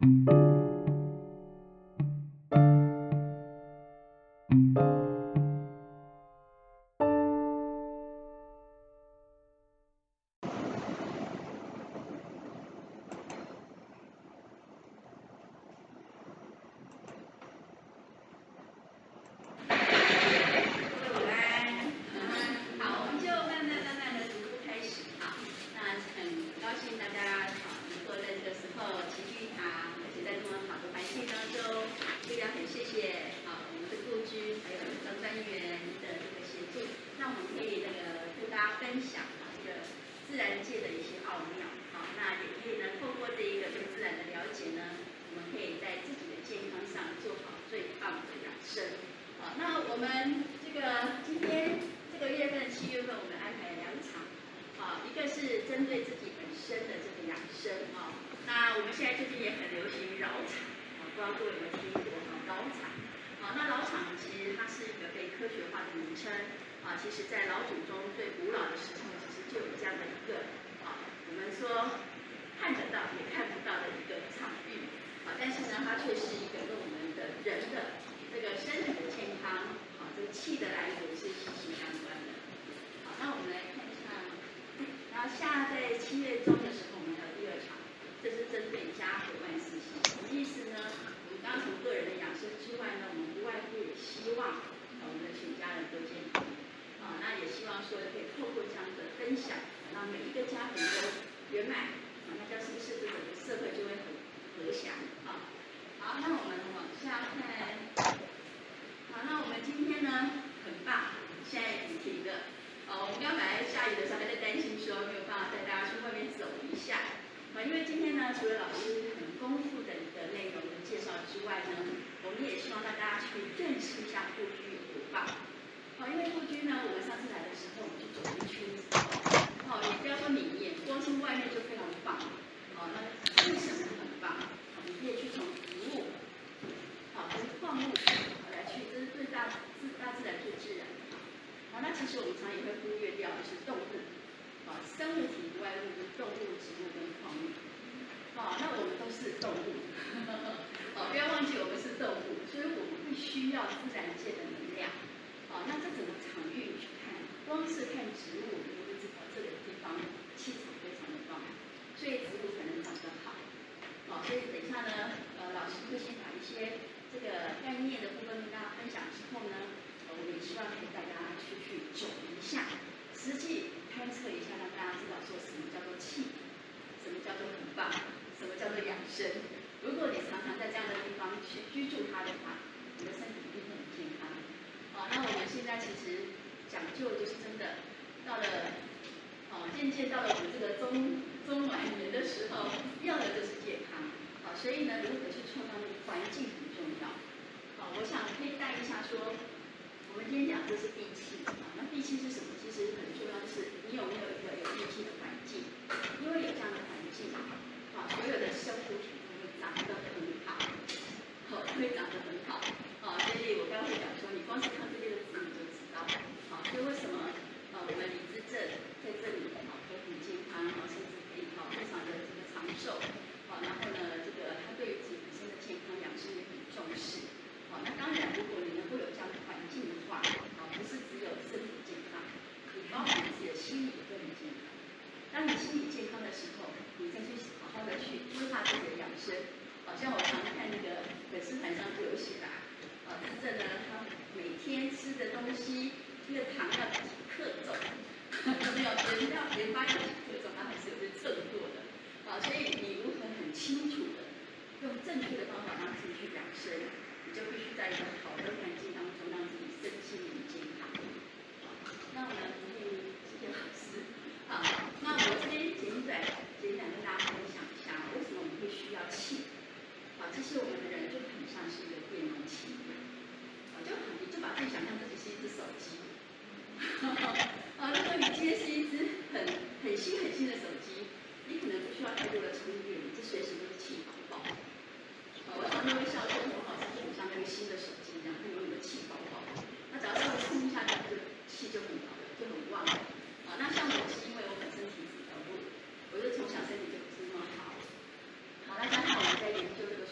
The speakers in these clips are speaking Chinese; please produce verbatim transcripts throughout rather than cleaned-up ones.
我就从小身体就不是那么好，好，那刚好我们在研究这个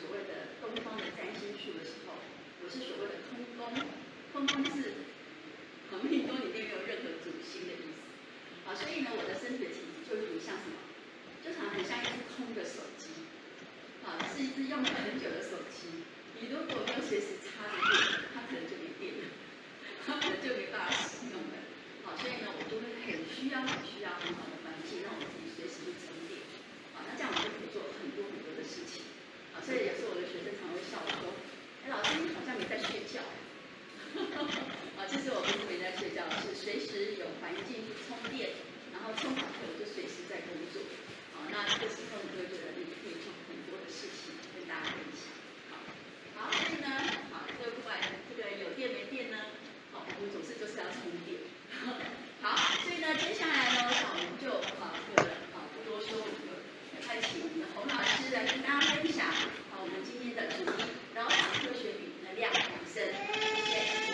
是一只用了很久的手机，你如果没有随时插着电，它可能就没电了，它可能就没办法使用了。好，所以呢，我就会很需要、很需要很好的环境，让我自己随时去充电。好，那这样我就可以做很多很多的事情。好，所以有时候我的学生常会笑我说：“哎，老师，你好像没在睡觉。”啊，其实我不是没在睡觉，是随时有环境去充电，然后充好后我就随时在工作。好，那这个时候你就会觉得你可以做很多的事情跟大家分享。好，好，所以呢，好，这个不管这个有电没电呢，好，我们总是就是要充电。好，所以呢，接下来呢，我们就啊这个啊不多说，我们就开启我们的洪老师来跟大家分享啊我们今天的主题——脑场科学与能量养生。谢谢。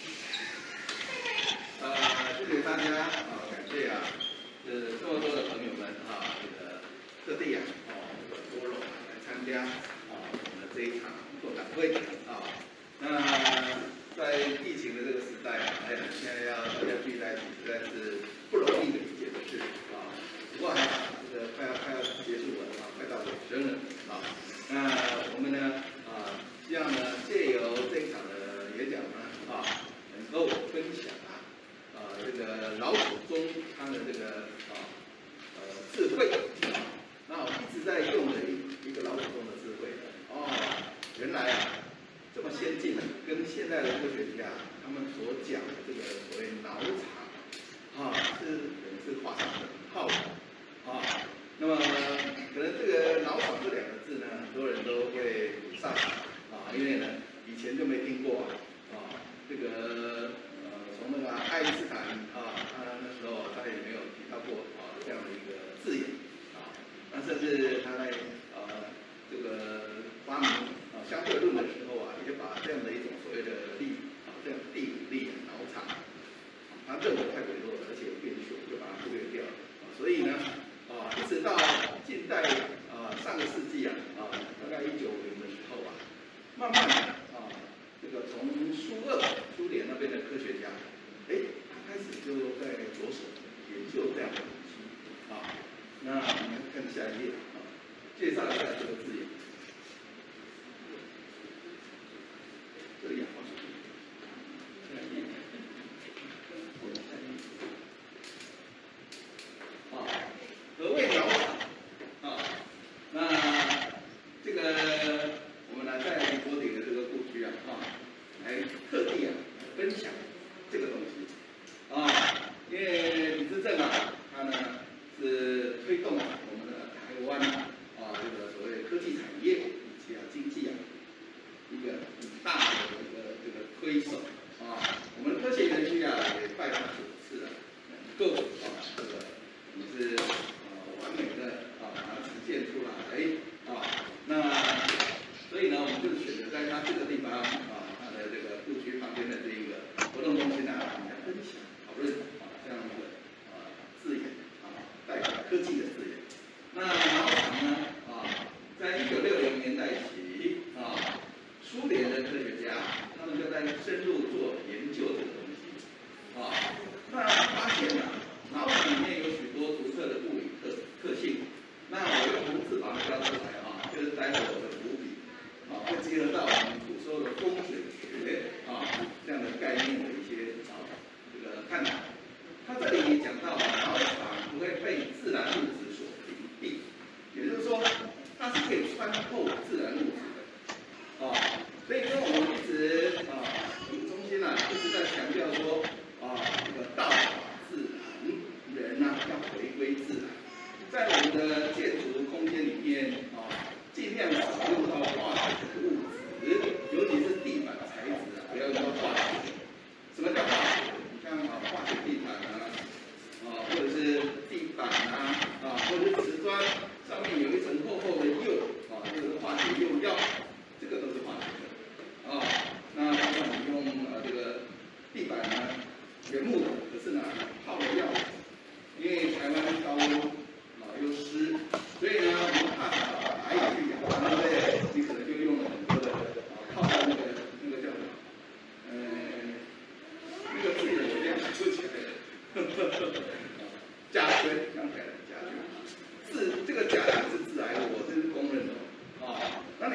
呃，谢谢大家啊，感谢啊，呃，这么多的朋友们啊，这个特地啊，哦，这个多荣啊来参加啊我们的这一场座谈会啊。那在疫情的这个时代啊，哎，现在要大家聚在一起，实在是不容易的一件事啊。不过还好，这个快要快要结束了啊，快到尾声了啊。那我们呢啊，希望呢借由这一场的演讲呢啊，能够分享啊。啊，这个老祖宗他的这个啊呃智慧啊，那我一直在用的一一个老祖宗的智慧哦，原来啊这么先进，跟现在的科学家他们所讲的这个所谓脑场啊，是可能是画上等号的啊。那么可能这个脑场这两个字呢，很多人都会上啊，因为呢以前就没听过啊啊这个。从那个爱因斯坦啊，他那时候他也没有提到过啊这样的一个字眼啊，那甚至他在呃这个发明啊相对论的时候啊，也把这样的一种所谓的力啊这样第五力脑场，他认为太微弱了，而且有变数，就把它忽略掉了啊。所以呢啊，一直到近代啊上个世纪啊啊大概一九五零的时候啊，慢慢的啊这个从苏俄苏联那边的科学家。哎，他开始就在着手研究这样的东西啊。那我们看下一页啊，介绍一下这个字眼。这里啊，下一页。我们下一页。啊，何谓脑场？啊，那这个我们呢在国鼎的这个故居啊，啊，来特地啊分享。这个东西啊，因为李自正啊，他呢是推动啊我们的台湾啊这个所谓科技产业以及啊经济啊一个很大的一个这个推手啊。我们的科学园区啊也拜访九次了，能够啊这个也是啊完美的啊把它呈现出来啊。那所以呢，我们就选择在它这个地方啊，它的这个故居旁边的这一个。活动中心呢，我们来分享讨论啊这样一个啊字眼啊，代表科技的字眼。那脑场呢啊，在一九六零年代起啊，苏联的科学家他们就在深入做研究这个东西啊，那发现呢，脑场里面有许多独特的物理特特性。那我用文字把它标出来啊，就是待会我的伏笔啊，会结合到我们古时候的风水学啊这样的概念的一些啊这个探讨。他这里讲到脑场不会被自然物质所屏蔽，也就是说它是可以穿透自然物质的啊。所以说我们一直啊，我们中心啊一直在强调说啊，这个道法自然，人呢、啊、要回归自然。在我们的建筑空间里面啊，尽量少用到化学的物质，尤其是地板材质啊，不要用到化学。什么叫化学？你像啊，化学地毯啊，啊，或者是地板啊，啊，或者是瓷砖上面有一层厚厚的釉啊，这个是化学釉药，这个都是化学的啊。那包括你用呃这个地板呢，原木的，可是呢泡了药，因为台湾高温。有湿，所以呢，我们怕啊白蚁去咬，对不对？你可能就用了很多的啊，靠在那个那个叫什么？呃，那个字我这样想不起来了。甲醛，想起来了，甲醛。自这个甲醛是致癌物，这是公认的啊。那你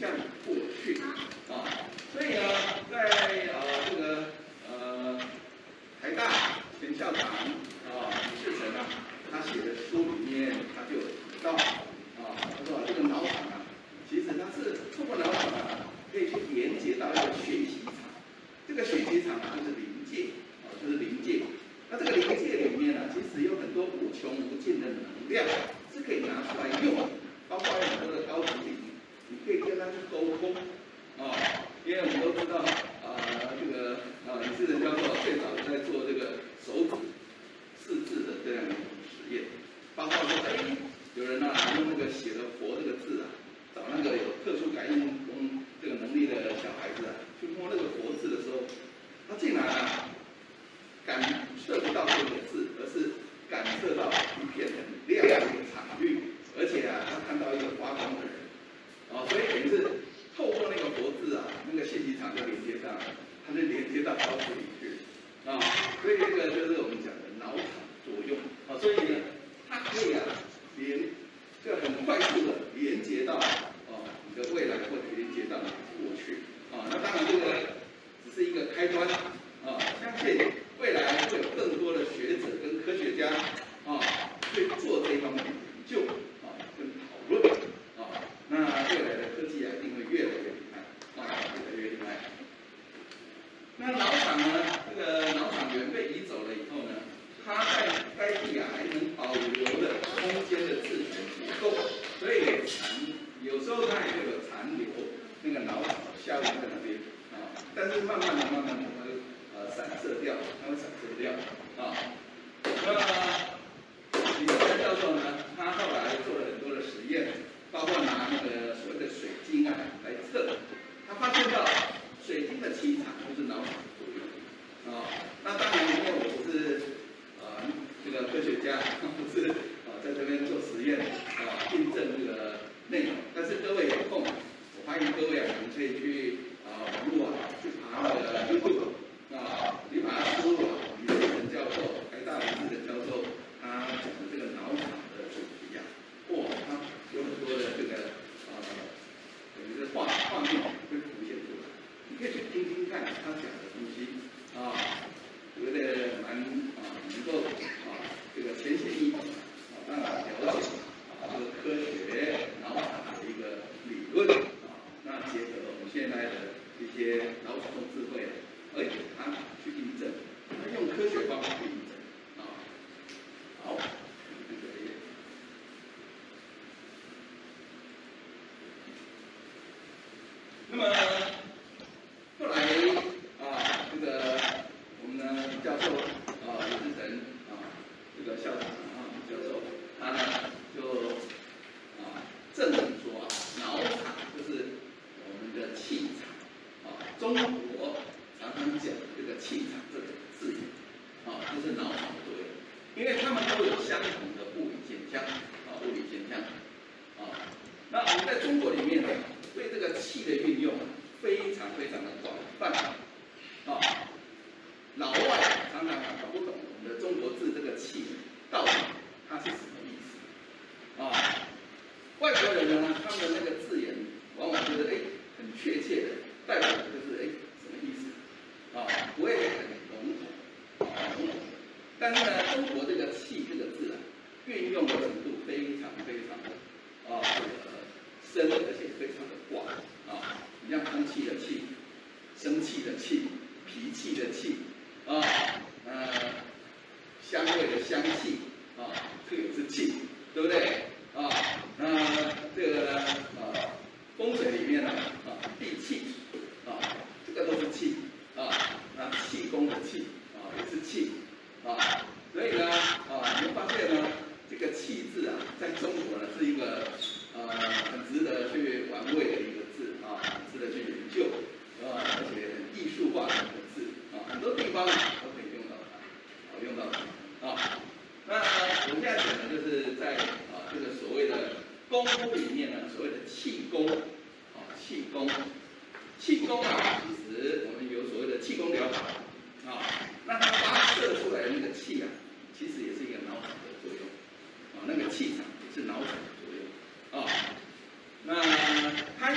向过去啊。所以呢，在呃这个呃台大前校长啊李世成啊，他写的书里面他就有提到啊，他说这个脑场啊，其实它是透过脑场啊，可以去连接到一个学习场。这个学习场啊，就是灵界啊，就是灵界。那这个灵界里面呢、啊，其实有很多无穷无尽的能量是可以拿出来用，包括有很多的高级灵，你可以跟他去沟通啊。因为我们都知道啊、呃，这个啊李世成教授最早在做这个手指识字的这样一种实验，包括说，哎，有人啊用那个写了佛这个字啊，找那个有特殊感应功这个能力的小孩子啊，去摸那个佛字的时候，他竟然啊。感受不到这个字，而是感受到一片很亮的一个场域，而且啊，他看到一个发光的人，啊，所以等于是透过那个佛字啊，那个信息场就连接上，它就连接到高处里去，啊，所以这个就是我们讲的脑场作用，啊，所以呢，它可以啊连，就很快速的连接到啊你的未来，或者连接到你的过去，啊，那当然这个只是一个开端，啊，相信。未来会有更多的学者跟科学家啊去做这一方面的研究啊跟讨论啊，那未来的科技啊一定会越来越厉害啊，越来越厉害。那脑场呢，这个脑场员被移走了以后呢，它在该地啊还能保留的空间的自权结构，所以残有时候它也会有残留那个脑场效应在那边啊，但是慢慢的、慢慢的它就。呃，散射掉，它会散射掉啊。那李世成教授呢，他后来做了很多的实验，包括拿那个所谓的水晶啊来测，他发现到水晶的气场就是脑场的作用啊。那当然，因为我不是呃这个科学家，不是啊在这边做实验啊印证这个内容，但是各位有空，我欢迎各位啊，你们可以去啊网络啊去爬那个 YouTube。啊，你把它输入李世成教授，台大李世成教授他讲的这个脑场的主题啊，哇，他有很多的这个呃，等于是画画面会浮现出来，你可以去听听看他讲的东西啊，觉得蛮啊能够啊这个浅显易懂啊，让大家了解啊这个科学脑场的一个理论啊，那结合我们现在的一些脑主动智慧啊。而且他去印证，他用科学方法去印证啊。好，这个页。那么后来啊，这个我们呢教授啊李世成啊这个校长啊教授，他呢就啊证明说啊，脑场就是我们的气场啊，中国。常常讲这个气场这个字眼，啊，就是脑场作用，因为它们都有相同的物理现象，啊，物理现象，啊，那我们在中国里面呢，对这个气的运用非常非常的广泛，啊，老外常常搞不懂我们的中国字这个气到底它是什么意思，啊，外国人呢，他们的那个字眼往往就是哎很确切的代表的就是哎什么意思。啊，不会很笼统，啊笼统。但是呢，中国这个“气”这个字啊，运用的程度非常非常的啊这个深，而且非常的广啊。你像空气的“气”，生气的“气”，脾气的“气”啊，呃，香味的“香气”啊，这个也是气，对不对？啊，那这个啊风水里面呢啊地气啊，这个都是气。啊，那气功的气啊也是气啊，所以呢啊，你会发现呢，这个气字啊，在中国呢是一个呃很值得去玩味的一个字啊，很值得去研究啊，而且很艺术化的一个字啊，很多地方啊都可以用到它，啊用到它啊。那我们现在讲的就是在啊这个所谓的功夫里面呢，所谓的气功啊气功。气功啊，其实我们有所谓的气功疗法啊，那它发射出来的那个气啊，其实也是一个脑场的作用啊，那个气场也是脑场的作用啊。那它与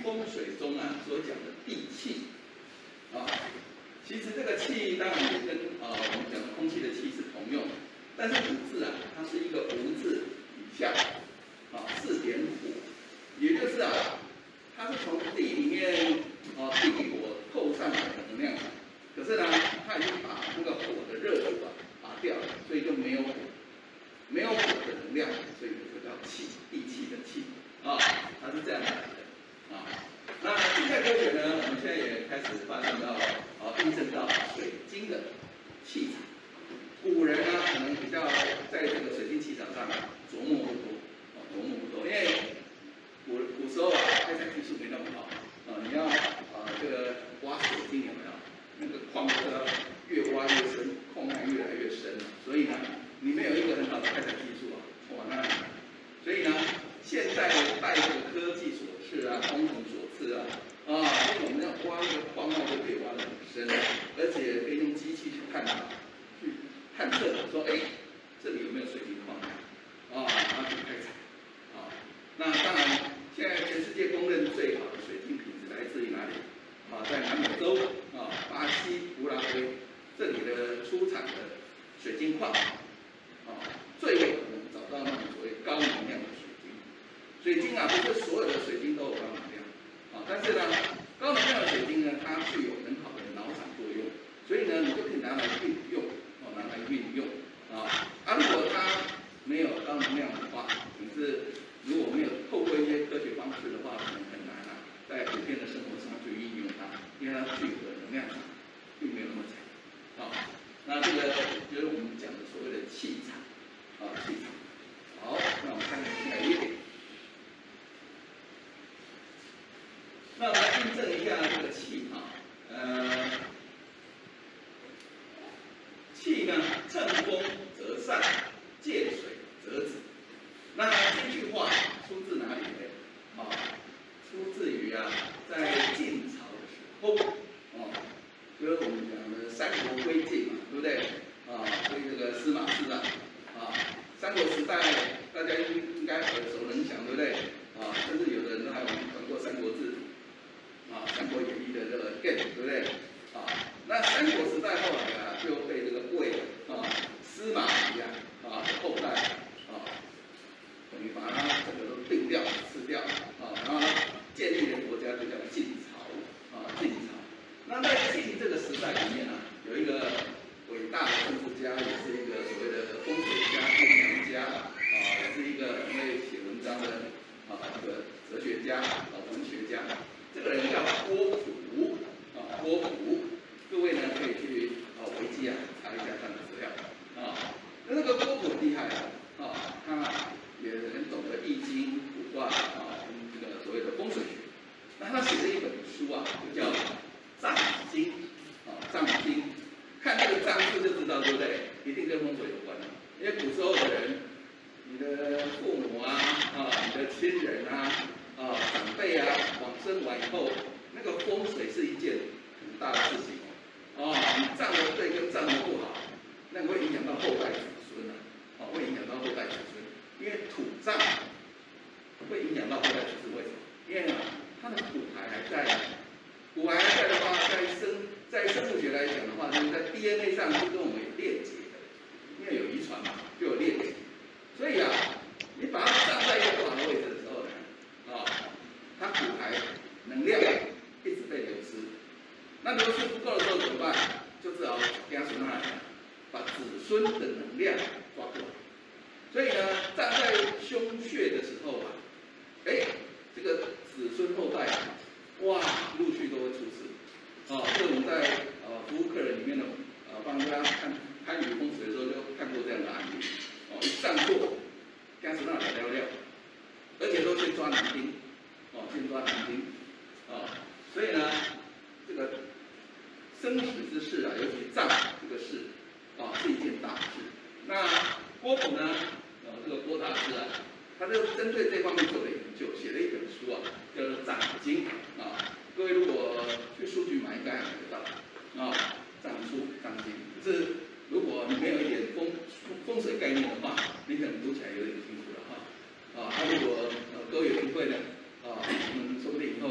风水中啊所讲的地气啊，其实这个气当然也跟啊我们讲的空气的气是同用，但是五字啊，它是一个无字以下啊四点火，也就是啊，它是从地里面啊地火透上来的能量场，可是呢，它已经把那个火的热度啊拔掉了，所以就没有火，没有火的能量，所以就叫气，地气的气啊，它是这样来的啊。那近代科学呢，我们现在也开始发现到啊，印证到水晶的气场。古人呢，可能比较在这个水晶气场上琢磨不多，啊，琢磨不多，因为古古时候啊，开采技术没那么好，啊，你要啊这个挖水晶有没有？那个矿是要越挖越深，矿脉越来越深，所以呢，你没有一个很好的开采技术啊，哇，那所以呢，现在带这个科技所赐啊，工程所赐啊，啊，所以我们要挖一个矿脉就可以挖得很深，而且可以用机器去探讨。探测说，哎，这里有没有水晶矿脉？啊，然后去开采。啊，那当然，现在全世界公认最好的水晶品质来自于哪里？啊，在南美洲啊，巴西、乌拉圭这里的出产的水晶矿，啊，最有可能找到那种所谓高能量的水晶。水晶啊，不是所有的水晶都有高能量，啊，但是呢，高能量的水晶呢，它具有很好的脑场作用，所以呢，你就可以拿来运用。拿来运用啊，啊，如果它没有高能量的话，你是如果没有透过一些科学方式的话，可能很难啊，在普遍的生活上去运用它，因为它具有的能量场并没有那么强啊。那这个就是我们讲的所谓的气场啊，气场。好，那我们看下一页。那我们来印证一下这个气啊，呃。气呢，乘风则散，借水则止。那这句话出自哪里呢？啊，出自于啊，在晋朝的时候，哦，就是我们讲的三国归晋嘛，对不对？啊，所以这个司马师啊，啊，三国时代大家应应该耳熟能详，对不对？啊，甚至有的人都还有玩过《三国志》，啊，《三国演义》的这个 game， 对不对？啊，那三国时代后来啊，就被这个魏啊、司马懿啊啊的后代啊，等于把它整个都定掉、吃掉啊，然后建立的国家就叫晋朝啊，晋朝。那在晋这个时代里面啊，有一个伟大的政治家，也是一个所谓的风水家、阴阳家啊，也是一个很会写文章的啊一个哲学家啊、文学家。这个人叫郭璞。啊，郭璞，各位呢可以去啊维基啊查一下他的资料啊。那这个郭璞厉害啊，啊，他也很懂得易经、卜卦啊，跟这个所谓的风水学。那他写了一本书啊，就叫《藏经》啊，《藏经》。看这个藏字就知道，对不对？一定跟风水有关的。因为古时候的人，你的父母啊，啊，你的亲人啊，啊，长辈啊，往生完以后。那个风水是一件很大的事情哦，你葬的对跟葬的不好，那会影响到后代子孙啊，哦，会影响到后代子孙，因为土葬会影响到后代子孙，为什么？因为啊，它的骨骸还在，骨骸还在的话，在生在生物学来讲的话，就是在 D N A 上是跟我们有链接的，因为有遗传嘛，就有链接，所以啊，你把它葬在一个不好的位置的时候呢，啊，它骨骸能量一直被流失，那流失不够的时候怎么办？就只好给他存下来，把子孙的能量抓过来。所以呢，站在凶穴的时候啊，哎，这个子孙后代啊，哇，陆续都会出事。啊，这我们在呃服务客人里面呢，呃帮大家看参与风水的时候就看过这样的案例。哦，一上座，给他存下来聊聊，而且都先抓男丁，哦，先抓男丁，啊。所以呢，这个生死之事啊，尤其葬这个事啊，是一件大事。那郭璞呢，呃，这个郭大师啊，他就针对这方面做了研究，写了一本书啊，叫做《藏经》啊。各位如果去书局买，应该还买得到啊，藏书《藏经》。可是如果你没有一点风风水概念的话，你可能读起来有点辛苦了哈。啊，那如果呃各位有机会呢，啊，我们说不定以后有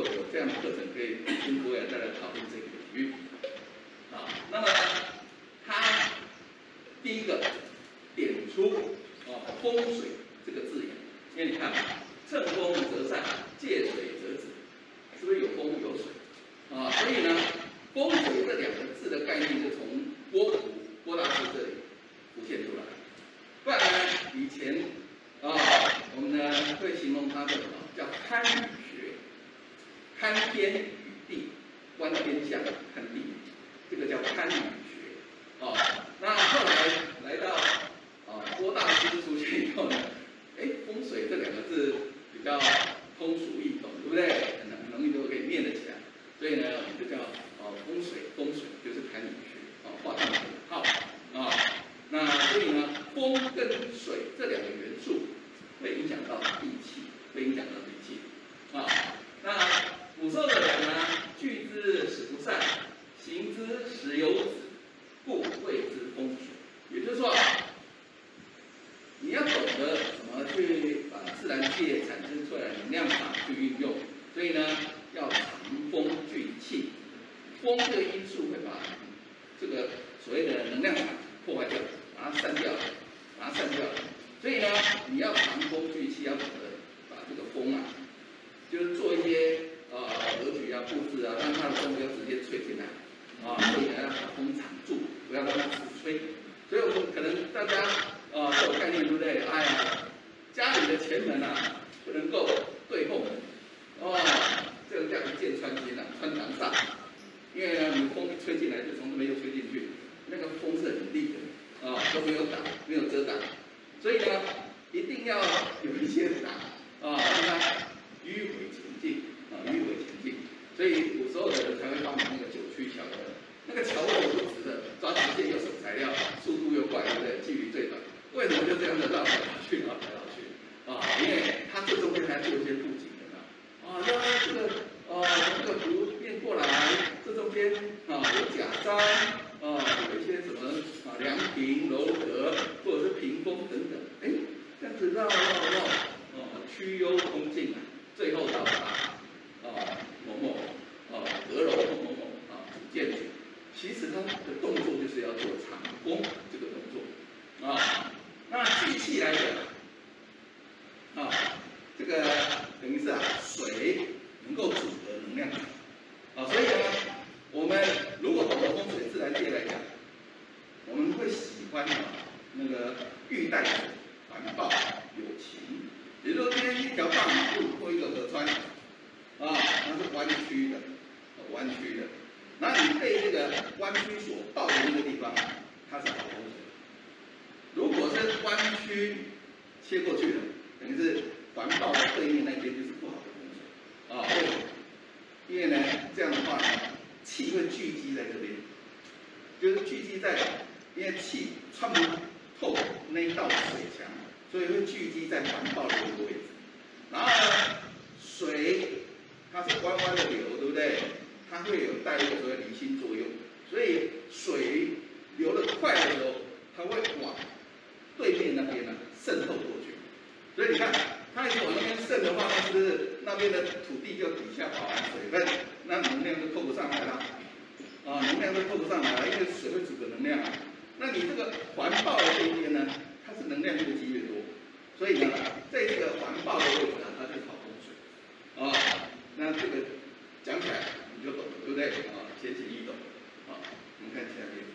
样的课程可以跟各位再来讨论这个领域。啊，那么它第一个点出啊风水这个字眼，因为你看乘风则上，借水则止，是不是有风有水啊？所以呢，风水这两个字的概念就从郭璞郭大师这里浮现出来。不然呢，以前啊，我们呢会形容它的叫堪舆学，堪天与地，观天象，看地，这个叫堪舆学。啊，那后来来到啊郭大师出现以后呢，哎，风水这两个字比较通俗易懂，对不对？很很容易就可以念得起来。所以呢，我们就叫哦风水，风水就是堪舆学，啊，画上等号啊。那所以呢，风跟水这两个元素会影响到地气，会影响到地气啊。那古时候的人呢，聚之使不散，行之使有止，故谓之风水。也就是说，你要懂得怎么去把自然界产生出来的能量场去运用，所以呢，要藏风聚气。风这个因素会把这个所谓的能量场破坏掉。把它散掉，把它散掉。所以呢，你要藏风聚气，要懂得把这个风啊，就是做一些呃格局啊、布置啊，让它的风不要直接吹进来啊，所以呢要把风藏住，不要让它直吹。所以我们可能大家啊都有概念，对不对？哎呀，家里的前门啊不能够对后门，哦，这个叫一箭穿心啊，穿堂煞。因为呢，你风一吹进来，就从这边又吹进去，那个风是很力的。啊，都没有挡，没有遮挡，所以呢，一定要有一些挡啊，让它迂回前进啊，迂回前进。所以古时候的人才会发明那个九曲桥的，那个桥是不直的，抓直线又省材料，速度又快，对不对？距离最短。为什么就这样子绕来绕去，绕来绕去啊？因为它这中间还做一些布景的呢。啊，让这个呃从这个湖面过来，这中间啊有假山。啊，有一些什么啊，凉亭、楼阁，或者是屏风等等，哎，这样子绕绕绕，哦，曲幽通径啊，最后到达啊某某啊阁楼某某某啊主建筑。其实它的动作就是要做藏风这个动作啊。那聚气来讲啊，这个等于是啊，水能够组合能量啊，所以呢。我们如果懂得风水自然界来讲，我们会喜欢啊那个玉带水，环抱有情。也就是说，今天一条大马路或一个河川，啊，它是弯曲的，弯曲的。那你被这个弯曲所抱的那个地方，它是好风水。如果是弯曲切过去的，等于是环抱的对面那边就是不好的风水。啊，为什么？因为呢，这样的话呢。气会聚集在这边，就是聚集在，因为气穿不透那一道水墙，所以会聚集在环抱的这个位置。然后呢，水它是弯弯的流，对不对？它会有带一个所谓离心作用，所以水流得快的时候，它会往对面那边呢渗透过去。所以你看，它一直往那边渗的话，那是不是那边的土地就底下饱含水分？那能量就透不上来了，啊，能量就透不上来了，因为水会阻隔能量啊。那你这个环抱的这一边呢，它是能量越积越多，所以呢，在这个环抱的位置呢，它就是好风水，啊，那这个讲起来你就懂了，对不对？啊，浅显易懂，啊，我们看下边。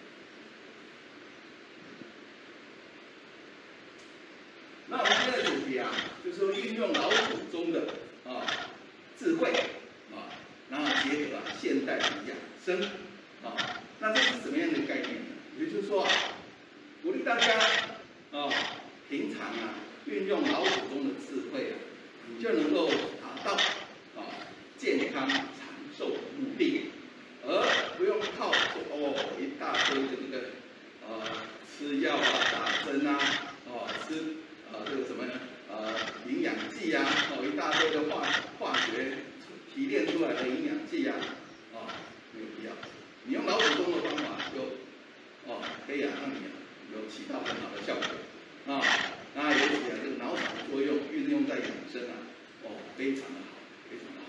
那我们今天的主题啊，就是说运用老祖宗的啊智慧啊。然后结合啊现代的养生啊，那这是什么样的概念呢？也就是说啊，鼓励大家啊，平常啊运用老祖宗的智慧啊，你就能够达到啊健康长寿的目的，而不用靠哦一大堆的那个呃吃药啊、打针啊、哦吃呃这个什么呃营养剂啊，哦一大堆的化化学。提炼出来的营养剂啊，啊，没有必要。你用老祖宗的方法，就哦，可以啊，让你有起到很好的效果啊。那尤其啊，这个脑场的作用运用在养生啊，哦，非常的好，非常的好啊。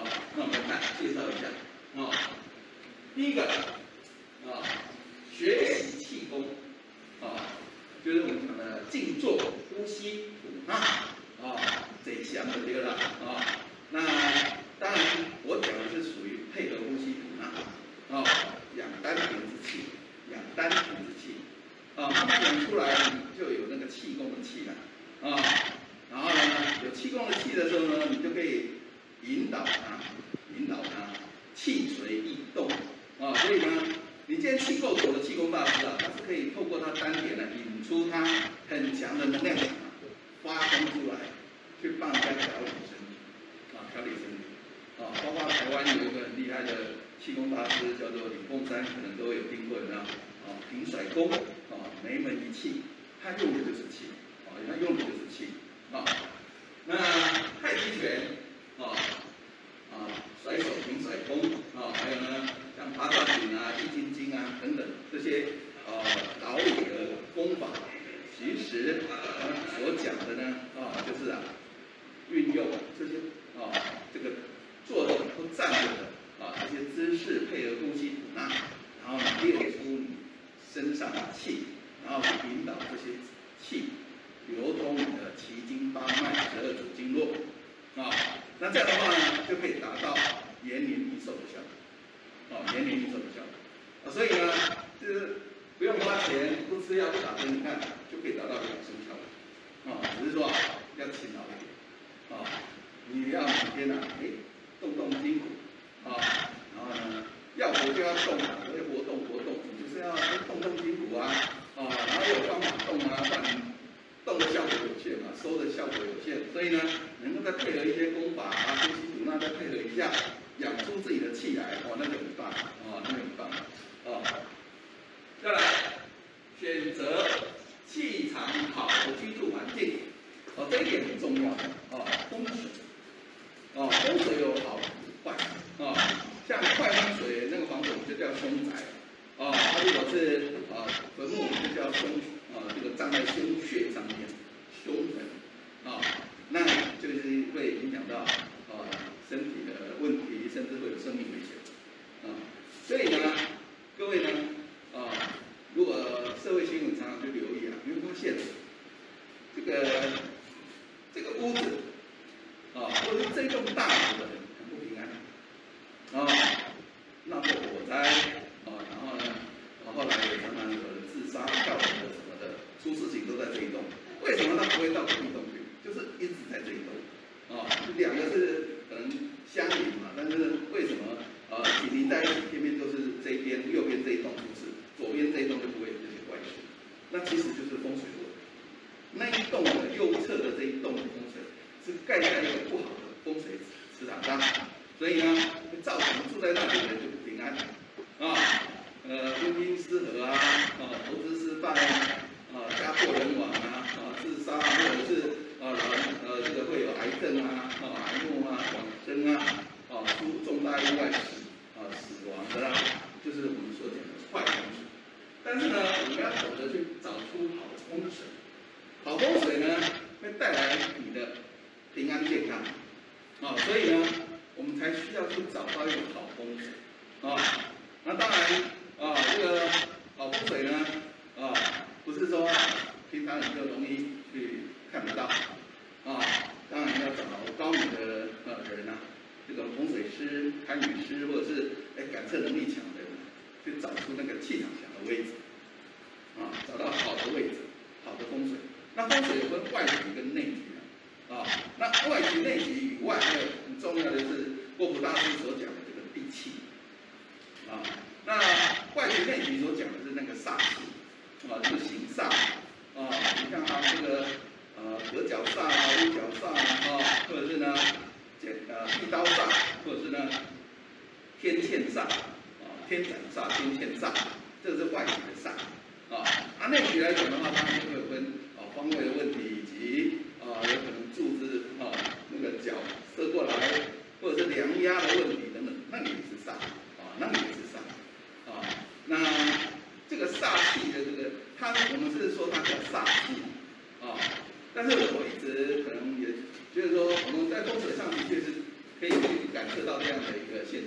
啊，那我们看介绍一下啊。第一个啊，学习气功啊，就是我们讲的静坐、呼吸、吐纳啊，这一项的对了啊。那当然，我讲的是属于配合呼吸吐纳啊，养丹田之气，养丹田之气啊，慢慢养出来就有那个气功的气了啊。然后呢，有气功的气的时候呢，你就可以引导它，引导它气随意动啊。所以呢，你今天气够足的气功大师啊，他是可以透过他丹田呢，引出他很强的能量场，发挥出来，去帮人家调理身体啊，调理身体啊。包括台湾有一个很厉害的气功大师，叫做李凤山，可能都有听过的啊。啊，平甩功啊，梅门一气，他用的就是气啊，他用的就是气。啊，那太极拳啊啊，甩手平甩功啊，还有呢，像八卦掌啊、易筋经啊等等这些呃导理的功法，其实呃所讲的呢啊，就是啊运用这些啊这个坐着或站着的啊这些姿势，配合呼吸吐纳，然后呢练出你身上的气，然后去引导这些气。流通你的奇经八脉、十二主经络啊，那这样的话呢，就可以达到延年益寿的效果，啊，延年益寿的效果啊，所以呢，就是不用花钱，不吃药、不打针，你看就可以达到养生效果啊，只是说啊，要勤劳一点啊，你要每天呢、啊，哎，动动筋骨啊，然后呢，要活就要动啊，所以活动活动，你就是要动动筋骨啊，啊，然后有方法动啊，不然。动的效果有限嘛，收的效果有限，所以呢，能够再配合一些功法啊，呼吸吐纳再配合一下，养出自己的气来，哦，那就很棒啊，那就很棒啊。再来，选择气场好的居住环境，哦，这一点很重要啊，风水，哦，风水有好坏啊，像坏风水那个房子就叫凶宅，啊，它如果是啊坟墓就叫凶。啊，这个站在胸穴上面，胸门啊，那就是会影响到啊身体的问题，甚至会有生命危险啊。所以呢，各位呢啊，如果社会新闻常常去留意啊，你会发现这个这个屋子啊，或者是这栋大楼的人很不平安啊，闹过火灾啊，然后呢，然后来也常常有人自杀、跳楼的。出事情都在这一栋，为什么他不会到隔壁栋去？就是一直在这一栋，啊，两个是可能相邻嘛，但是为什么呃紧邻在一起，偏偏都是这一边右边这一栋出事，左边这一栋就不会有这些怪事？那其实就是风水问题。那一栋的右侧的这一栋的风水是盖在一个不好的风水磁场上，所以呢，会造成住在那里的人就不平安啊，呃，婚姻失和啊，啊，投资失败啊。啊，家破人亡啊，啊，自杀或者是啊，老人呃，这个会有癌症啊，啊，癌末啊，往生啊，啊，出重大意外死啊，死亡的啦，就是我们所讲的坏风水。但是呢，我们要懂得去找出好风水，好风水呢，会带来你的平安健康啊，所以呢，我们才需要去找到一个好风水啊。那当然啊，这个好风水呢，啊。不是说平常你就容易去看得到啊，当然要找高明的呃人啊，这个风水师、堪舆师或者是哎感测能力强的人，去找出那个气场强的位置啊，找到好的位置、好的风水。那风水有分外局跟内局啊，那外局、内局以外，还有很重要的是郭璞大师所讲的这个地气啊，那外局、内局所讲的是那个煞气。啊，就是行煞啊，你看啊，这个呃合角煞啊、屋角煞啊，或者是呢，这呃地刀煞，或者是呢天堑煞啊，天斩煞、天堑煞，这是外局的煞啊。啊，内局来讲的话，当然会有分啊方位的问题，以及啊有可能柱子啊那个角射过来，或者是梁压的问题等等，那个也是煞啊，那个也是煞啊，那。这个煞气的这个，它我们是说它叫煞气啊，但是我一直可能也就是说，我们在风水上的确是可以去感受到这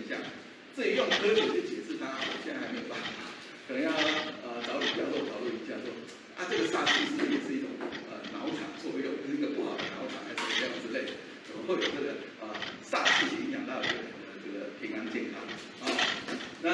象。至于用科学去解释它，我现在还没有办法，可能要呃找李教授讨论一下说，啊这个煞气是不是也是一种呃脑场作用，是一个不好的脑场还是怎么样之类的，怎么会有这个呃煞气影响到这个这个平安健康啊？那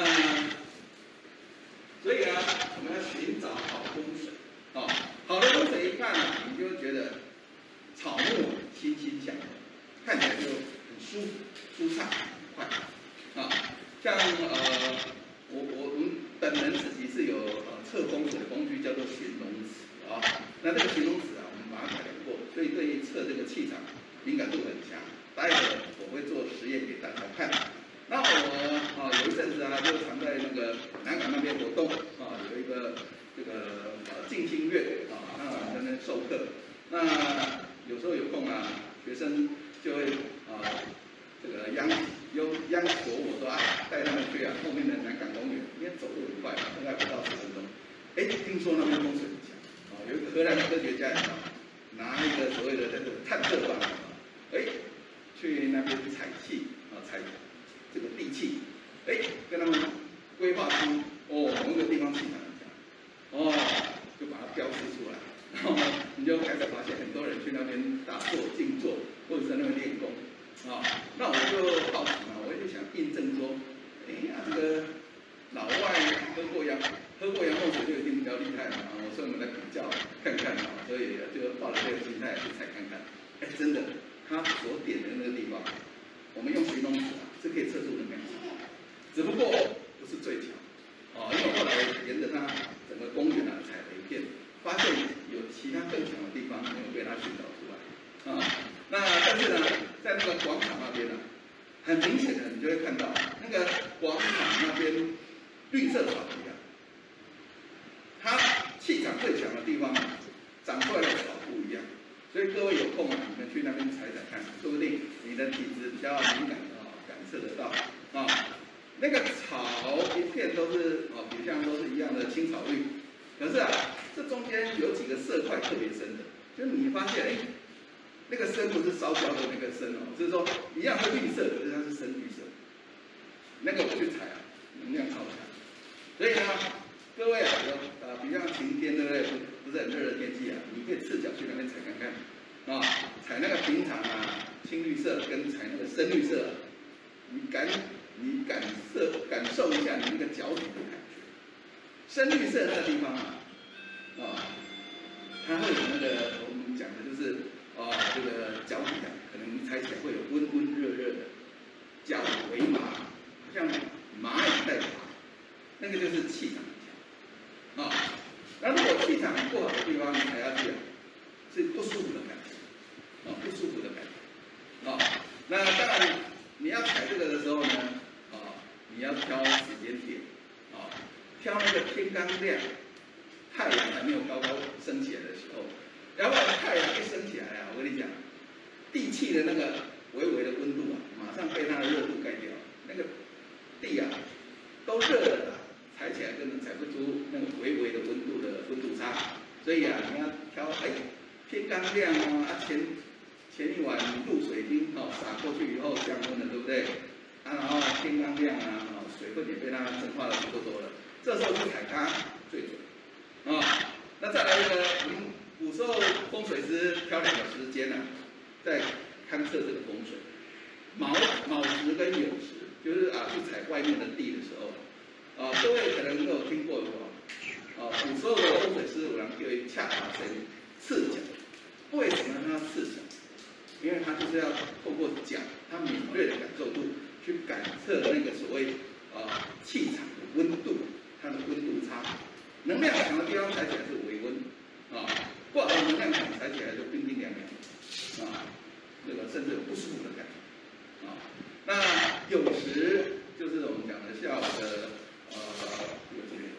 所以呢，我们要寻找好风水啊，好的风水一看呢，你就会觉得草木欣欣向荣，看起来就很舒服、舒畅、快啊。像呃，我我我们本人自己是有呃测风水的工具，叫做寻龙尺啊。那这个寻龙尺啊，我们把它改良过，所以对于测这个气场敏感度很强。待会儿我会做实验给大家看。那我啊有一阵子啊，就常在那个南港那边活动啊，有一个这个呃静心院啊，那我们在那授课。那有时候有空啊，学生就会啊这个央有央求我说啊，带他们去啊后面的南港公园，因为走路很快，大概不到十分钟。哎，听说那边风水很强啊，有一个荷兰科学家拿一个所谓的这个探测棒，哎，去那边采气啊采。这个地气，哎，跟他们规划出哦某一个地方气场很强，哦，就把它标示出来，然后你就开始发现很多人去那边打坐、静坐，或者在那边练功，啊，那我就好奇嘛，我就想印证说，哎呀，这个老外喝过洋喝过洋墨水就一定比较厉害嘛，我说我们来比较看看啊，所以就抱着这个心态去采看看，哎，真的，他所点的那个地方，我们用寻龙尺啊。是可以测出能量场，只不过不是最强，哦，因为我后来沿着它整个公园啊踩了一遍，发现有其他更强的地方没有被它寻找出来，啊，那但是呢，在那个广场那边呢、啊，很明显的你就会看到那个广场那边绿色草一样，它气场最强的地方长出来的草不一样，所以各位有空啊，你们去那边踩踩看，说不定你的体质比较敏感。测得到啊，那个草一片都是啊，比像都是一样的青草绿，可是啊，这中间有几个色块特别深的，就是你发现哎，那个深不是烧焦的那个深哦，就是说一样是绿色的，可是它是深绿色，那个我去采啊，能量超强，所以呢，各位啊，有啊，比像晴天对不对？不是很热的天气啊，你可以赤脚去那边采看看啊，采那个平常啊青绿色跟采那个深绿色。你感你感受感受一下你那个脚底的感觉，深绿色那个地方啊，啊，它会有那个我们讲的就是啊，这个脚底啊，可能你踩起来会有温温热热的，脚为麻，好像蚂蚁在爬，那个就是气场很强啊。那如果气场不好的地方，你踩下去啊，是不舒服的感觉，啊，不舒服的感觉，啊，那当然。你要采这个的时候呢，啊，你要挑时间点，啊，挑那个天刚亮，太阳还没有高高升起来的时候，要不然太阳一升起来啊，我跟你讲，地气的那个微微的温度啊，马上被它的热度盖掉，那个地啊都热了，采起来根本采不出那个微微的温度的温度差，所以啊，你要挑哎天刚亮啊，前。前一晚露水晶哦洒过去以后降温了，对不对？啊，然后天刚亮啊，哦，水分也被它蒸发的差不多了，这时候去采它最准啊。那再来一个，我们古时候风水师挑两个时间呢、啊，在勘测这个风水。卯卯时跟酉时，就是啊去采外面的地的时候，啊，各位可能都有听过哦，啊，古时候的风水师有人叫伊恰把神赤脚，为什么他赤脚？因为它就是要透过脚，它敏锐的感受度去感测那个所谓呃气场的温度，它的温度差。能量强的地方踩起来是微温，啊，不好的能量强踩起来就冰冰凉凉，啊，这个甚至有不舒服的感觉，啊，那有时就是我们讲的下午的呃这个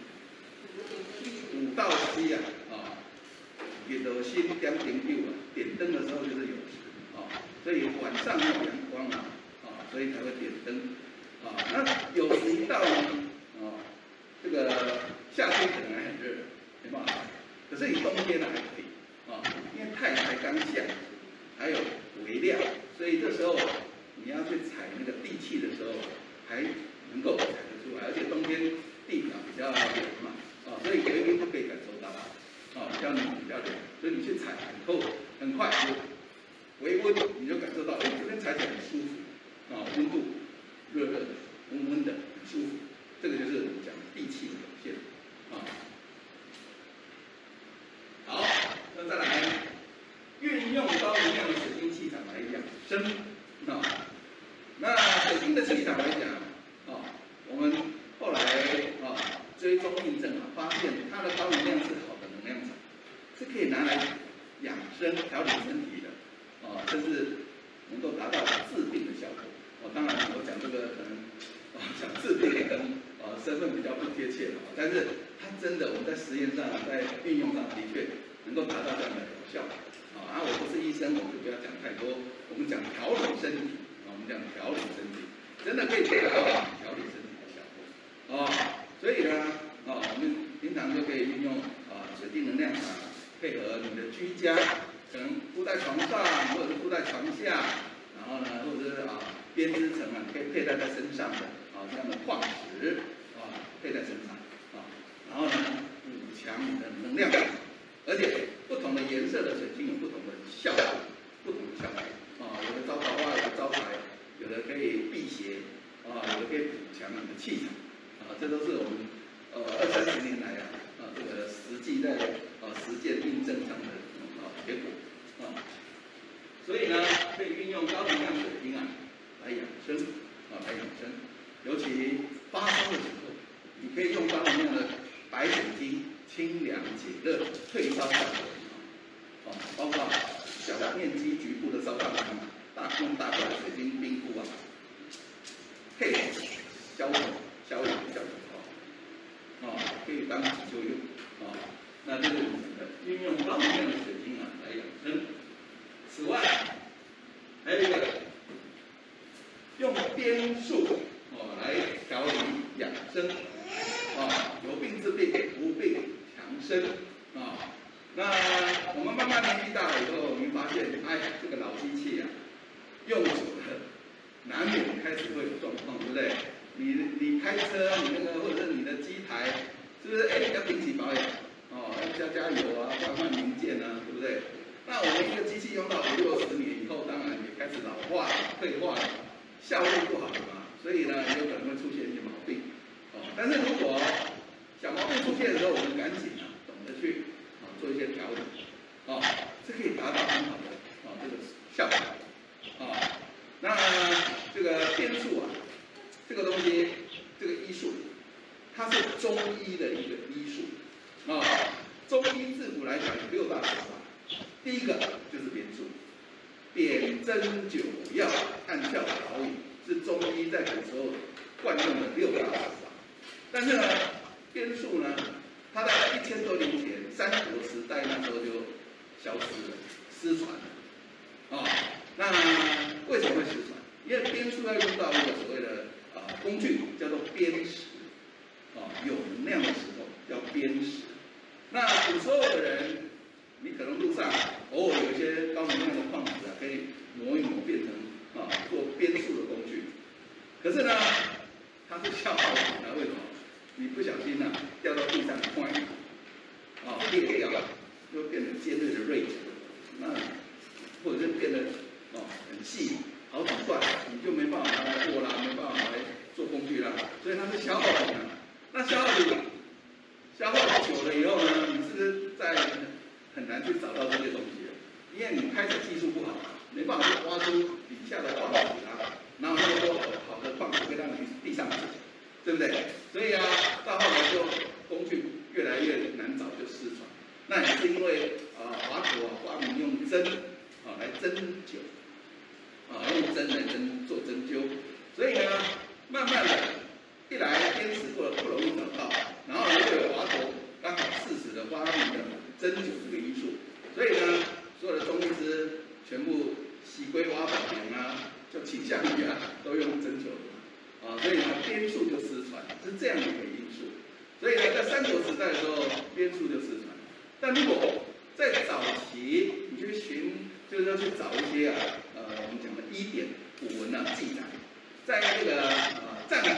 五五到七啊，啊，也都心点点六啊，点灯的时候就是有时，啊，所以晚上没有阳光啊，啊，所以才会点灯，啊，那有时一到呢，啊，这个夏天可能还很热，没办法，可是你冬天呢还可以，啊，因为太阳才刚下，还有微亮，所以这时候你要去采那个地气的时候， 才能够采得出来，而且冬天地表比较凉嘛，啊，所以回温就可以感受到，啊，比较冷比较凉，所以你去采很透很快，回温你就感受到，哎，这边采起来很舒服，啊，温度热热的、温温的，很舒服，这个就是我们讲地气的表现，啊。好，那再来运用高能量的水晶气场来养生啊。那水晶的气场来讲啊，我们后来啊追踪印证啊，发现它的高能量是好的能量场，是可以拿来养生、调理身体的啊，甚至能够达到治病的效果。哦，当然我讲这个可能啊讲治病可能啊身份比较不贴切了，但是它真的我们在实验上、在运用上的确能够达到这样的疗效。啊，我不是医生，我们就不要讲太多。我们讲调理身体，啊，我们讲调理身体，真的可以达到调理身体的效果。啊，所以呢，啊，我们平常就可以运用啊水晶能量场，配合你的居家，可能铺在床上，或者是铺在床下，然后呢，或者是啊编织成啊可以佩戴在身上的啊这样的矿石啊佩在身上啊，然后呢补强你的能量。而且不同的颜色的水晶有不同的效果，不同的效果啊，有的招桃花，有的招财，有的可以辟邪啊，有的可以补强你的气场啊，这都是我们呃二三十年来啊啊这个实际在啊实践印证上的啊结果啊，所以呢可以运用高能量水晶啊来养生啊来养生，尤其发烧的时候，你可以用高能量的白水晶。清凉解热、退烧效果啊，包括小面积局部的烧烫伤、大空大块的水晶冰敷啊，配消肿、消炎效果啊，可以当急救用啊。那这是我们的运用高能量的水晶啊来养生。此外，还有一个用边术哦来调理养生啊，有病治病，无病。生啊，那我们慢慢年纪大了以后，我们发现，哎，这个老机器啊，用久了，难免开始会有状况，对不对？你你开车，你那个或者是你的机台，是不是？哎，要定期保养，哦，要加加油啊，换换零件啊，对不对？那我们一个机器用到五六十年以后，当然也开始老化、退化了，效率不好了嘛，所以呢，也有可能会出现一些毛病。哦，但是如果小毛病出现的时候，我们赶紧啊。的去啊做一些调整啊，是可以达到很好的啊这个效果啊。那这个边术啊，这个东西，这个医术，它是中医的一个医术啊。中医自古来讲有六大手法，第一个就是边术，点针灸药、按窍导引，是中医在古时候惯用的六大手法。但是呢，边术呢？它在一千多年前，三国时代那时候就消失了、失传了，啊，那为什么会失传？因为边术要用到一个所谓的啊工具，叫做砭石，啊，有能量的时候叫砭石。那古时候的人，你可能路上偶尔有一些高能量的矿石啊，可以磨一磨变成啊做砭术的工具。可是呢，它是消耗品啊，为什么？你不小心呐、啊、掉到地上，哐，啊裂掉了，就变成尖锐的锐角，那或者是变得哦很细，好几段，你就没办法拿来握啦，没办法拿来做工具啦，所以它是消耗品啊。那消耗品消耗久了以后呢，你是不是在很难去找到这些东西了？因为你开采技术不好，没办法去挖出底下的矿石啊，然后那么多好的矿石可以让你地上捡。对不对？所以啊，到后来就工具越来越难找，就失传。那也是因为啊，华佗啊发明用针啊来针灸，啊用针来针做针灸，所以呢，慢慢的，一来砭石不不容易找到，然后又有华佗刚好适时的发明了针灸这个医术，所以呢，所有的中医师全部洗龟挖宝瓶啊，就倾向于啊都用针灸。啊，所以呢，砭术就失传，是这样的一个因素。所以呢，在三国时代的时候，砭术就失传。但如果在早期，你去寻，就是要去找一些啊，呃，我们讲的医典、古文啊记载，在这个呃战国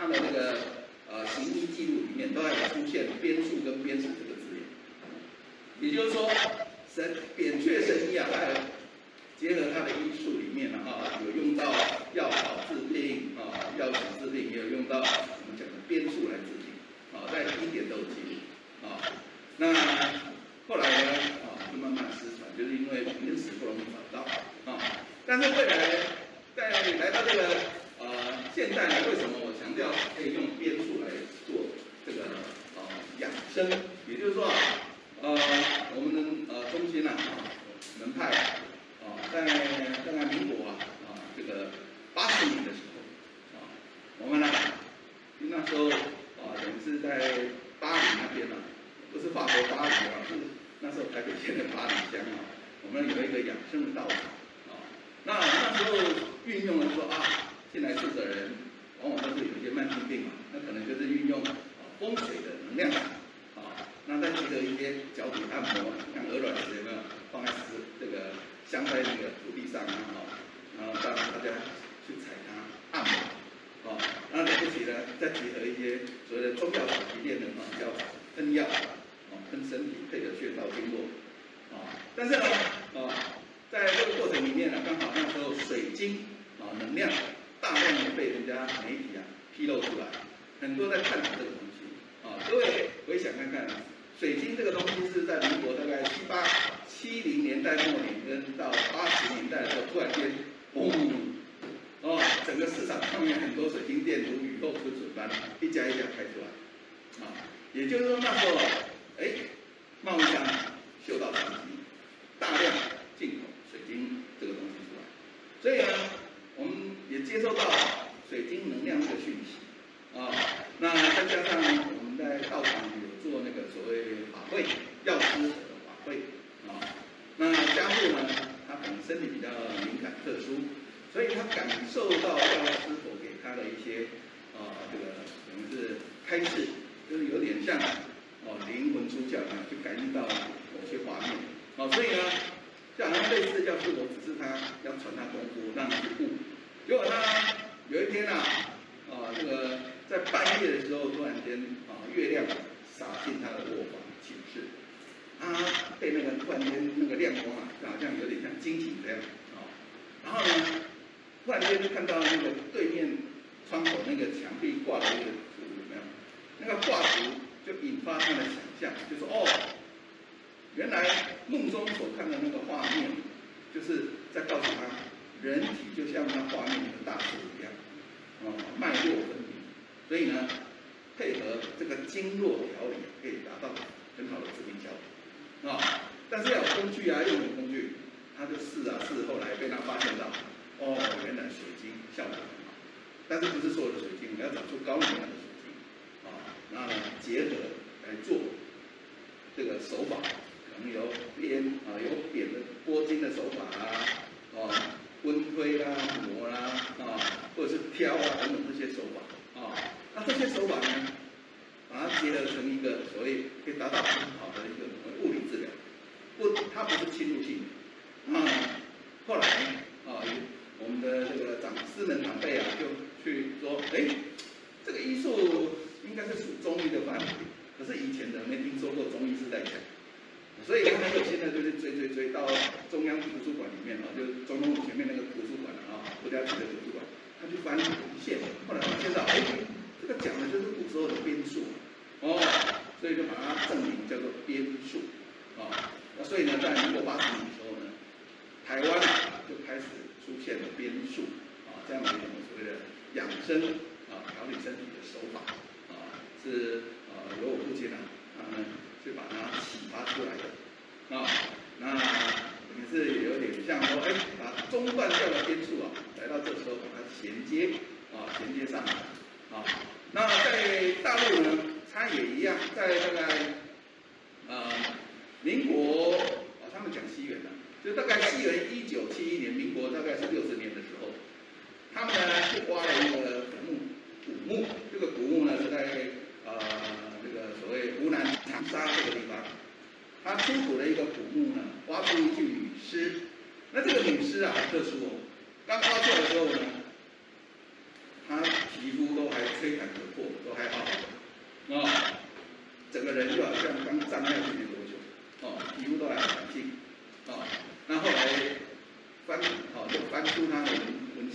它的那个呃行医记录里面都要出现编数跟编史这个字眼。也就是说，神扁鹊神医啊，还有结合它的医术里面啊，有用到药草治病啊，药草治病也有用到我们讲的编数来治病啊，在医典都有记录啊。那后来呢啊，就慢慢失传，就是因为编史不容易找到啊。但是未来在来到这个呃现代呢，为什么我强调可以用编数来做这个呃养生？也就是说啊，呃我们的呃中心啊门派啊，在大概民国啊啊这个八十年的时候啊，我们呢那时候啊等于是在巴黎那边啊，不是法国巴黎啊，是那时候台北县的巴黎乡啊，我们有一个养生的道场。那那时候运用了说啊，进来住的人往往都是有一些慢性病嘛，那可能就是运用啊风水的能量啊，那再结合一些脚底按摩，像鹅卵石有没有放在石这个镶在那个土地上啊，然后让大家去踩它按摩啊，那了不起呢，再结合一些所谓的中药草提炼的啊，叫喷药啊，喷身体配合穴道经络啊，但是呢啊。在这个过程里面呢，刚好那时候水晶啊能量大量的被人家媒体啊披露出来，很多在探讨这个东西啊。各位回想看看，水晶这个东西是在民国大概七八七零年代末年跟到八十年代的时候，突然间嘣哦，整个市场上面很多水晶店如雨后春笋般，一家一家开出来啊。也就是说那时候哎，贸易商嗅到商机，大量进口水晶这个东西出来，所以呢，我们也接受到水晶能量这个讯息啊。那再加上我们在道场有做那个所谓法会，药师的法会啊。那家父呢，他可能身体比较敏感特殊，所以他感受到药师佛给他的一些啊这个等于是开示，就是有点像哦灵魂出窍啊，就感应到某些画面。好、哦，所以呢。就好像类似药师佛，只是他要传他功夫，让他去悟。结果他有一天啊，啊这个在半夜的时候，突然间啊月亮洒进他的卧房寝室，他被那个突然间那个亮光啊，就好像有点像惊醒这样啊。然后呢，突然间就看到那个对面窗口那个墙壁挂了一个图，有没有？那个画图就引发他的想象，就说哦。原来梦中所看的那个画面，就是在告诉他，人体就像那画面里的大树一样，哦，脉络分明。所以呢，配合这个经络调理，可以达到很好的治病效果。啊、哦，但是要有工具啊，用什么工具？他就试啊试，后来被他发现到，哦，原来水晶效果很好。但是不是所有的水晶，你要找出高能量的水晶，啊、哦，然后呢结合来做这个手法。可能有编啊，有扁的拨筋的手法啦，啊，温推啦、磨啦，啊，或者是挑啊等等这些手法啊，那这些手法呢，把它结合成一个所谓可以达到很好的一个物理治疗，不，它不是侵入性的。啊，后来啊，我们的这个长师门长辈啊，就去说，哎，这个医术应该是属中医的范围，可是以前的没听说过中医是在讲。所以他很有心的，就是追追追到中央图书馆里面啊，就是中东前面那个图书馆啊，国家级的图书馆，他去翻文献，后来发现到，哎，这个讲的就是古时候的编数，哦，所以就把它证明叫做编数，啊，那所以呢，在民国八十年的时候呢，台湾就开始出现了编数啊这样的一种所谓的养生啊调理身体的手法啊，是呃由我父亲啊啊。去把它启发出来的，啊，那也是有点像说，哎，把中断掉的编数啊，来到这时候把它衔接，啊，衔接上来，啊，那在大陆呢，它也一样，在大概，呃，民国，啊，他们讲西元的，就大概西元一九七一年，民国大概是六十年的时候，他们呢是挖了一个坟墓，古墓，这个古墓呢是在呃。所谓湖南长沙这个地方，他出土了一个古墓呢，挖出一具女尸。那这个女尸啊很特殊哦，刚挖出来的时候呢，她皮肤都还吹弹可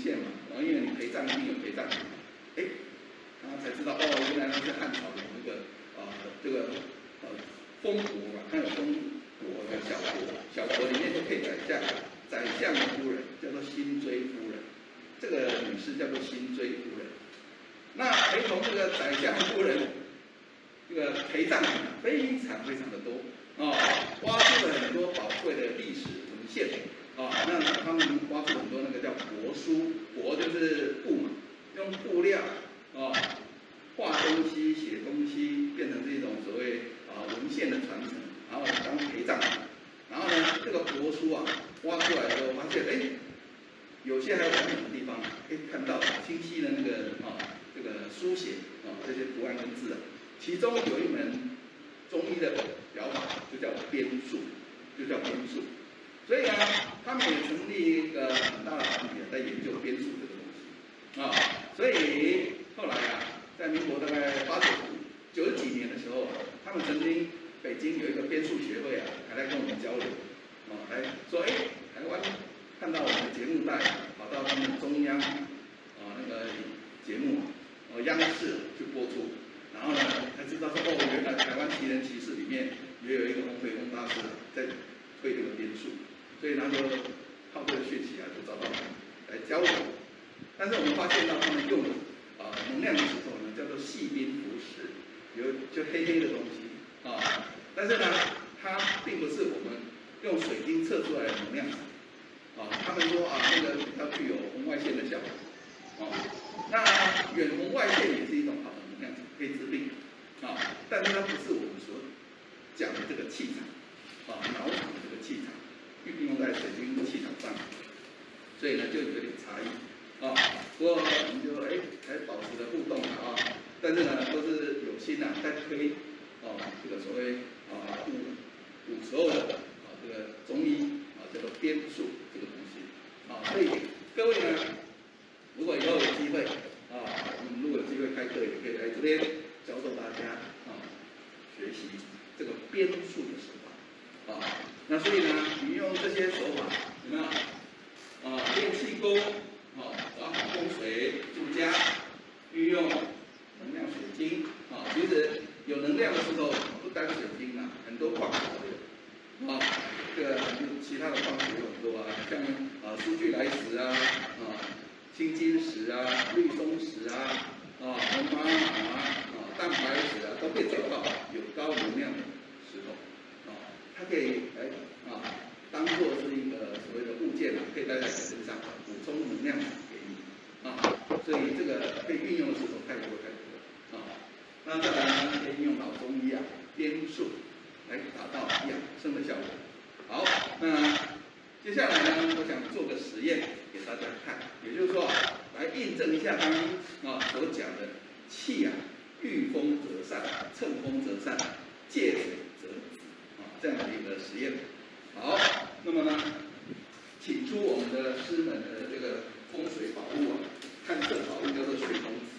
线嘛，然后因为你陪葬一定有陪葬品，哎，然后才知道哦，原来那是汉朝的那个啊、呃、这个呃封国嘛，它有封国跟小国，小国里面就配宰相，宰相的夫人叫做辛追夫人，这个女士叫做辛追夫人。那陪同这个宰相夫人，这个陪葬品非常非常的多啊、哦，挖出了很多宝贵的历史文献啊、哦。那他们挖出很多那个叫帛书，帛就是布嘛，用布料啊、哦、画东西、写东西，变成这种所谓啊、呃、文献的传承，然后当陪葬品。然后呢，这个帛书啊挖出来之后，发现哎，有些还有完整的地方，可以看到清晰的那个啊、哦、这个书写啊、哦、这些图案跟字啊。其中有一门中医的疗法，就叫编术，就叫编术。所以啊，他们也成立一个很大的团体在研究编术这个东西啊。所以后来啊，在民国大概八九九十几年的时候，他们曾经北京有一个编术协会啊，还来跟我们交流啊，来说哎，台湾看到我们的节目带跑到他们中央啊那个节目哦央视去播出。然后呢，才知道说哦，原来台湾奇人奇事里面也有一个洪培峰大师在推这个编术，所以他就靠这个讯息啊，就找到我们来教我们。但是我们发现到他们用啊、呃、能量的石头呢，叫做细冰浮石，有就黑黑的东西啊，但是呢，它并不是我们用水晶测出来的能量场啊。他们说啊，这个比较具有红外线的效果啊。那远红外线也是一种好的能量场。可以治病啊，但是它不是我们所讲的这个气场啊，脑场的这个气场运用在水晶气场上，所以呢就有点差异啊。不过我们就哎还保持着互动啊，但是呢都是有心啊在推啊这个所谓啊古古时候的啊这个中医啊叫做编术这个东西啊，所以各位呢，如果以后有机会。啊，我们如果有机会开课，也可以来这边教授大家啊，学习这个编术的手法啊。那所以呢，你用这些手法怎么样？啊，练气功啊，找好风水住家，运用能量水晶啊。其实有能量的时候，不单水晶啊，很多矿石都有啊。这个其他的矿石有很多啊，像啊苏聚来石啊啊。青金石啊、绿松石啊、啊红玛瑙啊、啊蛋白石啊，都可以找到有高能量的石头，啊，它可以来啊当做是一个所谓的物件啊，可以带在身上补充能量给你啊，所以这个可以运用的石头太多太多了啊。那再来呢，可以运用到中医啊编术来达到养生的效果。好，那接下来呢，我想做个实验给大家看，也就是说啊，来印证一下刚刚啊所讲的气啊，遇风则散，乘风则散，借水则止啊这样的一个实验。好，那么呢，请出我们的师门的这个风水宝物啊，看色宝物叫做水风子。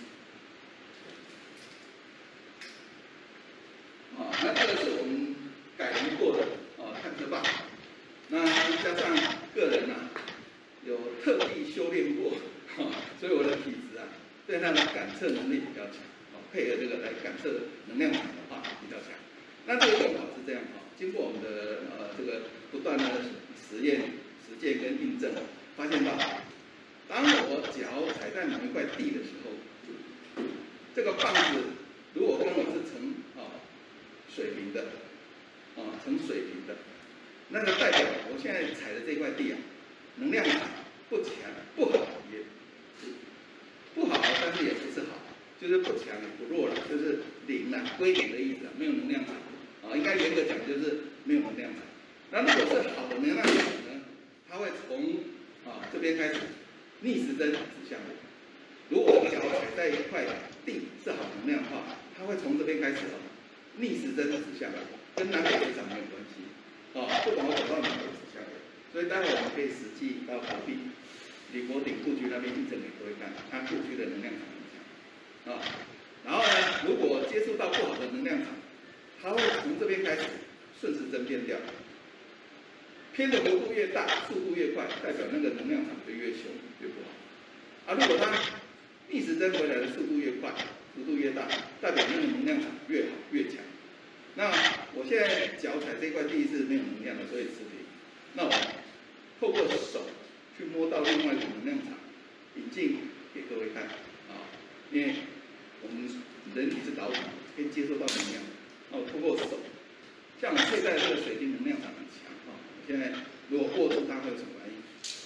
啊，那这个是我们改良过的啊探测棒。那加上个人啊，有特地修炼过，哈、哦，所以我的体质啊，对它的感测能力比较强，哦，配合这个来感测能量场的话比较强。那这个用法是这样哈、哦，经过我们的呃这个不断的实验、实践跟印证，发现到，当我脚踩在某一块地的时候，这个棒子如果跟我是成啊、哦、水平的，啊、哦、成水平的。那个代表我现在踩的这块地啊，能量场不强不好也是不好，但是也不是好，就是不强也不弱了，就是零了，归零的意思，没有能量场啊，应该严格讲就是没有能量场。那如果是好的能量场呢，它会从啊这边开始逆时针指向我。如果脚踩在一块地是好能量的话，它会从这边开始逆时针指向我，跟南北磁场没有关系。啊、哦，不管我走到哪都指向我，所以待会我们可以实际到隔壁李国鼎故居那边印证给各位看，它故居的能量场很强啊。然后呢，如果接触到不好的能量场，它会从这边开始顺时针偏掉，偏的幅度越大，速度越快，代表那个能量场就越凶越不好。 啊，如果它逆时针回来的速度越快，幅度越大，代表那个能量场越好越强。那我现在脚踩这块地是没有能量的，所以持平。那我透过手去摸到另外一种能量场，引进给各位看啊，因为我们人体是导体，可以接收到能量。那我透过手，像我现在这个水晶能量场很强啊，我现在如果握住它会有什么反应？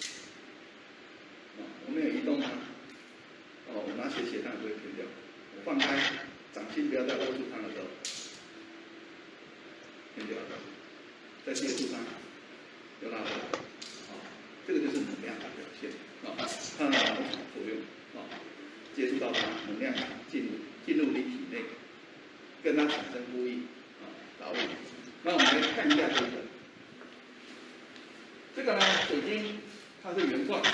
啊，我没有移动它，哦，我拿斜斜它也不会偏掉。我放开，掌心不要再握住它的时候，偏掉了，再接住它，又拉回来。啊，这个就是能量的表现啊，它的导场作用啊，接触到它，能量场进入进入你体内，跟它产生呼应啊，导引。那我们来看一下这个，这个呢，水晶它是原矿。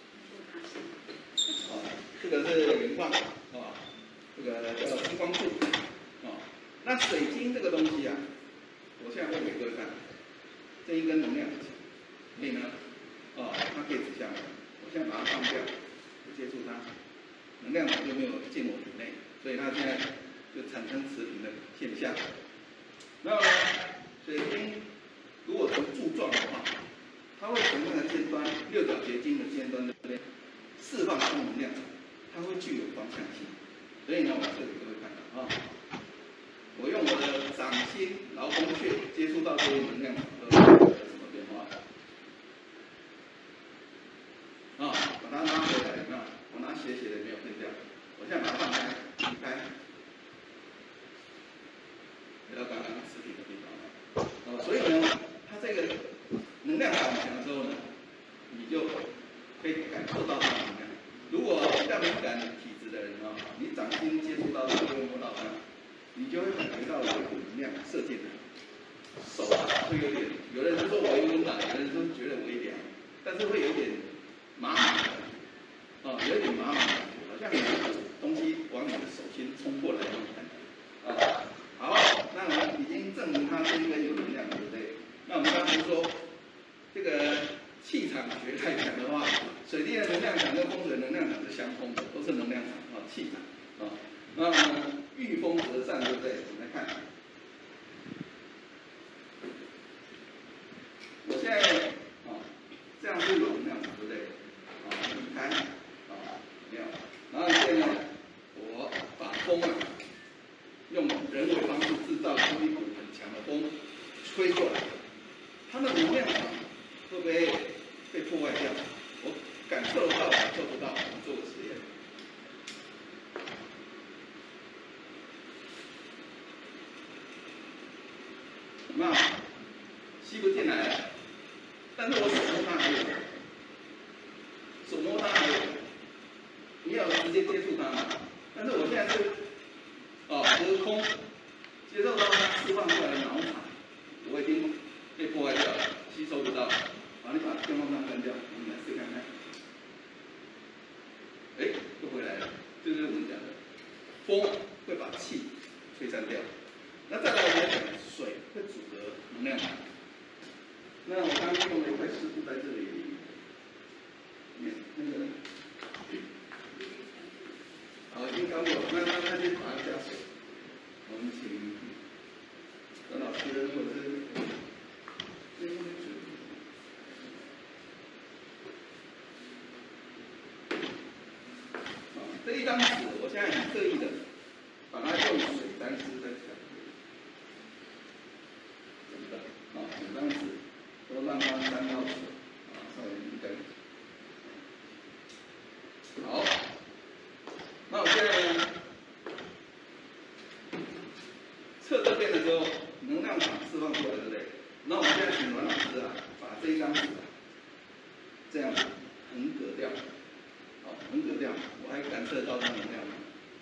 啊，这个是原矿啊，这个叫金光柱啊。那水晶这个东西啊，我现在会给各位看，这一根能量很强，所以呢，啊，它可以指向来。我现在把它放掉，不接触它，能量场就没有进我体内，所以它现在就产生持平的现象。那么水晶如果成柱状的话，它会从那个尖端六角结晶的尖端这边释放出能量，它会具有方向性。所以呢，我这里就会看到啊，我用我的掌心、劳宫穴接触到这些能量场，都会有什么变化？啊，把它拉回来，有没有？我拿斜斜的没有偏掉，我现在把它放开，离开，回到刚刚持平的地方了。啊，所以呢，它这个能量场强的时候呢，你就可以感受到它的能量。如果比较敏感体质的人啊，你掌心接触到它，就会摸到它，你就会感觉到有一股能量射进来，手啊会有点，有人说微温暖，有人说觉得微凉，但是会有点麻麻的，啊，有一点麻麻的，好像有一股东西往你的手心冲过来那种感觉。啊，好，那我们已经证明它这一根有能量，对不对？那我们刚才说这个气场学来讲的话，水晶的能量场跟风水能量场是相通的，都是能量场啊，气场啊。那遇风则散，对不对？我们来看，我现在啊，这样是有能量场，对不对？啊，离开啊，没有。然后现在我把风啊，用人为方式制造出一股很强的风吹过来，它的能量场会不会被破坏掉？我感受得到，感受不到。我们做个实验。有没有？吸不进来了，但是我手摸它还有，手摸它还有，你要直接接触它嘛？但是我现在是哦隔空接受到它释放出来的脑场，我已经被破坏掉了，吸收不到。好，你把电风扇关掉，我们来试看看。哎，又回来了，这就是我们讲的，风会把气吹散掉。那再来我们讲水会阻隔能量场。那我刚刚用了一块湿布在这里，那个，好，已经干过了，那那那就把它加水。我们请何老师或者是。这一张纸，我现在很刻意的把它用水沾湿在墙壁，真的啊，整张纸都让它沾到水啊，稍微一根。好，那我现在呢，测这边的时候，能量场释放出来，对不对？那我们现在请阮老师啊，把这一张纸啊，这样横隔掉。好，横隔掉，我还感测到它能量吗？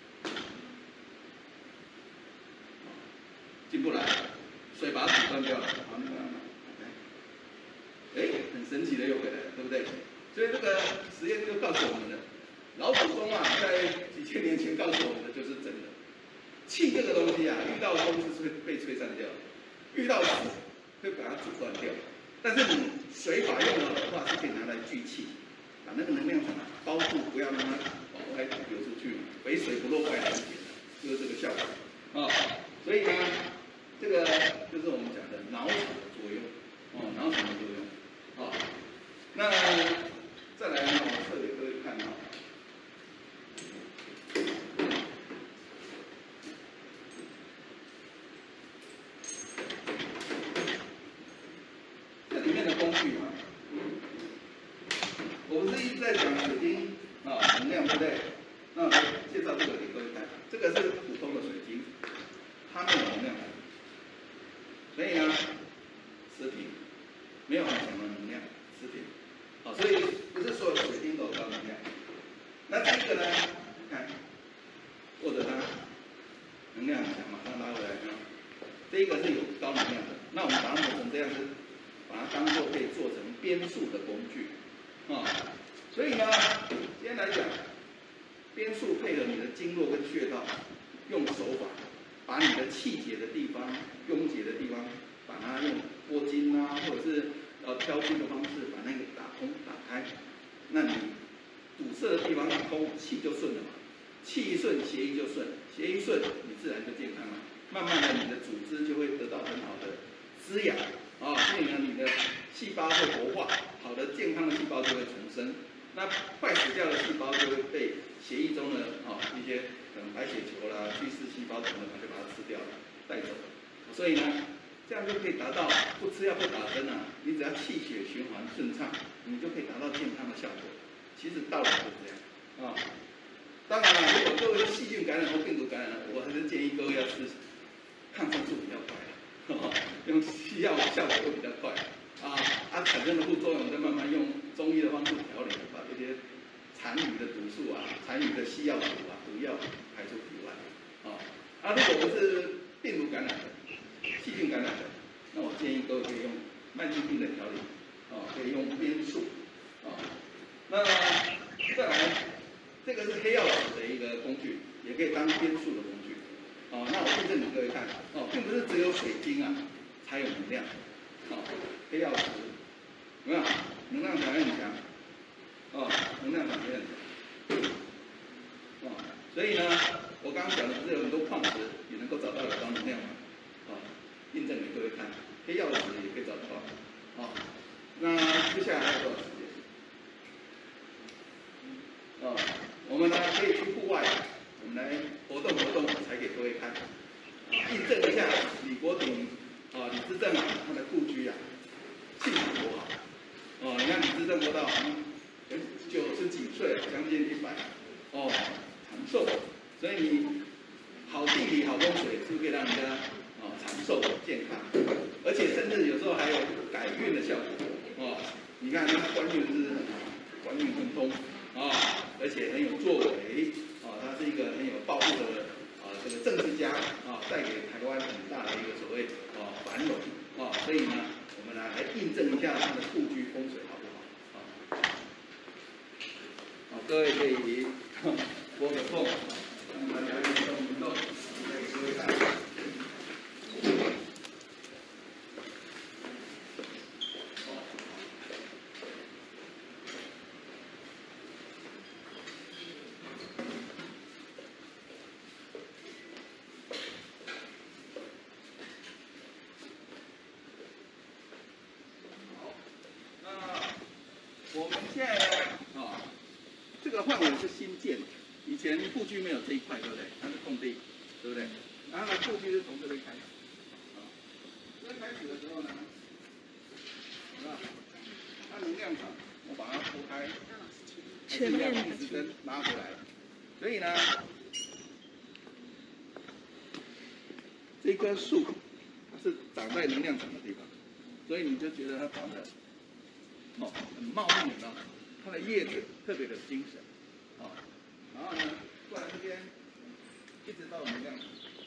进不来，水把它阻断掉了。好，你把它拿，哎，很神奇的又回来了，对不对？所以这个实验就告诉我们了，老祖宗啊，在几千年前告诉我们的就是真的。气这个东西啊，遇到风是会被吹散掉，遇到水会把它阻断掉。但是你水法用好的话，是可以拿来聚气。把那个能量场包住，不要要让它往外流出去嘛，肥水不落外人田，就是这个效果啊。所以呢，这个就是我们讲的脑场的作用哦，脑场的作用啊。那再来呢，我特别各位看到。这里面的工具啊，我们是一直在讲水晶啊能量，对不对？那介绍这个给各位看，这个是普通的水晶，它没有能量，所以呢，持平，没有很强的能量，持平。好，所以不是所有的水晶都有高能量。那这个呢，看，握着它，能量很强，马上拉回来，啊，这个是有高能量的。那我们把它磨成这样子，把它当做可以做成编束的工具，啊，所以呢，今天来讲，编束配合你的经络跟穴道，用手法把你的气结的地方、壅结的地方，把它用拨筋啊，或者是呃挑筋的方式把那个打通、打开，那你堵塞的地方一通，气就顺了嘛。气一顺，血液就顺，血液一顺，你自然就健康了。慢慢的，你的组织就会得到很好的滋养啊，所以呢，你的细胞会活化，好的健康的细胞就会重生。那坏死掉的细胞就会被血液中的啊一些可能白血球啦、巨噬细胞等等，就把它吃掉了，带走了。所以呢，这样就可以达到不吃药不打针啊，你只要气血循环顺畅，你就可以达到健康的效果。其实道理就是这样啊。当然了，如果各位细菌感染或病毒感染，我还是建议各位要吃抗生素比较快，呵呵用西药效果会比较快啊。它产生的副作用再慢慢用中医的方式调理，把这些残余的毒素啊、残余的西药毒啊、毒药排出体外啊。啊，如果不是病毒感染的、细菌感染的，那我建议各位可以用慢性病的调理啊，可以用编束啊。那再来。这个是黑曜石的一个工具，也可以当编束的工具。哦，那我验证给各位看，哦，并不是只有水晶啊才有能量。哦，黑曜石有没有？能量场很强。哦，能量场也很强。哦，所以呢，我刚刚讲的不是有很多矿石也能够找到有高能量吗？哦，验证给各位看，黑曜石也可以找得到。哦，那接下来还有多少时间？哦。我们呢可以去户外，我们来活动活动，才给各位看，印证一下李国鼎啊，李资正啊，他的故居啊，气场多好。哦，你看李资正活到九十几岁，将近一百，哦，长寿。所以你好地理、好风水，是不是可以让人家哦长寿健康？而且甚至有时候还有改运的效果。哦，你看他官运是很好，官运亨通。啊，而且很有作为，啊，他是一个很有抱负的啊这个政治家啊，带给台湾很大的一个所谓啊繁荣啊，所以呢，我们来来印证一下他的故居风水好不好？啊，好，各位可以拨个空，让大家运动运动，给各位看。我们现在呢，啊，这个范围是新建的，以前故居没有这一块，对不对？它是空地，对不对？然后呢，故居是从这边开始，啊，这边开始的时候呢，啊，它能量场，我把它拨开，全面一直跟拉回来，所以呢，这棵树它是长在能量场的地方，所以你就觉得它长得。哦，很茂密的，它的叶子特别的精神，哦，然后呢，过来这边，一直到能量场，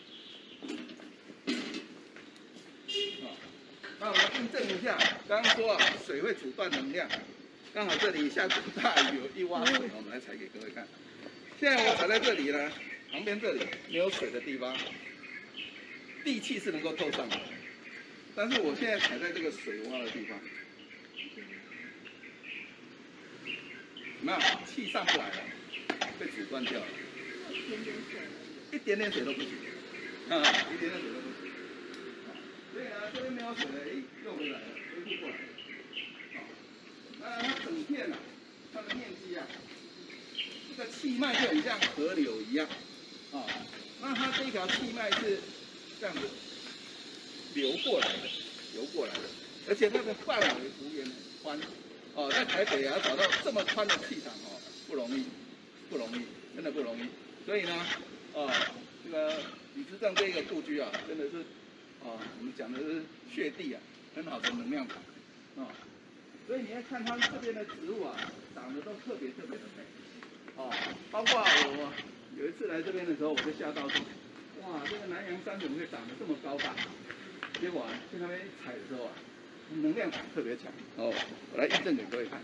哦，那我们印证一下，刚刚说啊，水会阻断能量，刚好这里下过大雨，有一洼水，我们来踩给各位看。现在我踩在这里呢，旁边这里没有水的地方，地气是能够透上来，但是我现在踩在这个水洼的地方。有没有气上不来了？ 被阻断掉了， 一点点水， 一点点水都不行，啊，一点点水都不行。所以呢，这边没有水了，哎，又回来了，恢复过来了。好，那它整片啊，它的面积啊，这个气脉就很像河流一样，啊，那它这条气脉是这样子流过来的，流过来的，而且它的范围幅员很宽，哦，在台北啊找到这么宽的气场哦，不容易，不容易，真的不容易。所以呢，啊，这个李之正这个故居啊，真的是，啊，我们讲的是穴地啊，很好的能量场，啊，所以你要看它这边的植物啊，长得都特别特别的美，啊，包括我有一次来这边的时候，我就吓到说，哇，这个南洋杉怎么会长得这么高大？结果啊，去那边一采的时候啊，能量场特别强。哦，我来印证给各位看。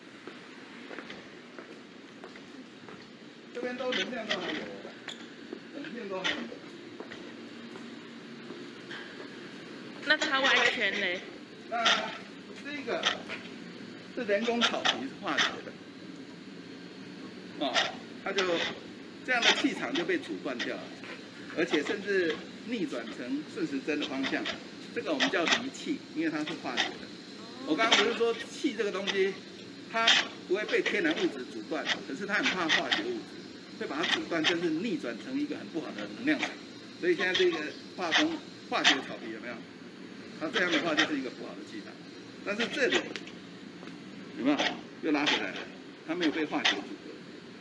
这边都能量都还有，整片都还有。 那它外圈呢？ 那这个是人工草皮，是化学的。哦，它就这样的气场就被阻断掉了，而且甚至逆转成顺时针的方向。这个我们叫离气，因为它是化学的。我刚刚不是说气这个东西，它不会被天然物质阻断，可是它很怕化学物质，会把它阻断，甚至逆转成一个很不好的能量场。所以现在这个化工化学草皮有没有？它这样的话就是一个不好的气场。但是这里有没有又拉回来了？它没有被化学阻隔。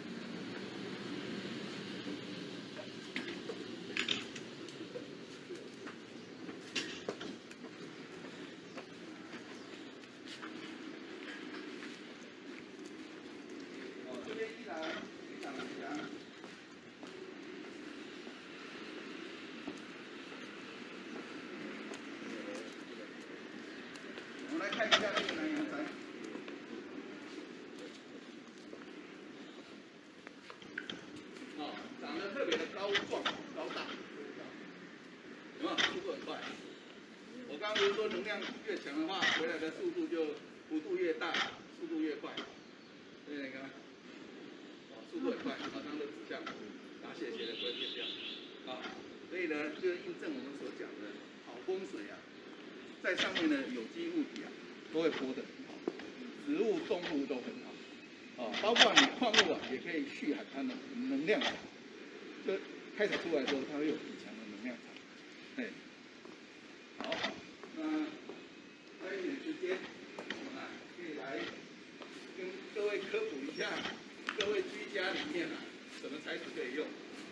我们来看一下这个南洋杉，哦，长得特别的高壮高大，有没有？速度很快。我刚刚不是说能量越强的话，回来的速度就幅度越大，速度越快。所以你看，哦，速度很快，马上就指向拿血血的不会变掉。啊，所以呢，就印证我们所讲的好风水啊。在上面的有机物体啊，都会活得很好，植物、动物都很好，啊，包括你矿物啊，也可以蓄含它的能量场。就开采出来之后，它会有很强的能量场。哎，好，那还有一点时间，我们啊可以来跟各位科普一下，各位居家里面啊，什么材质可以用。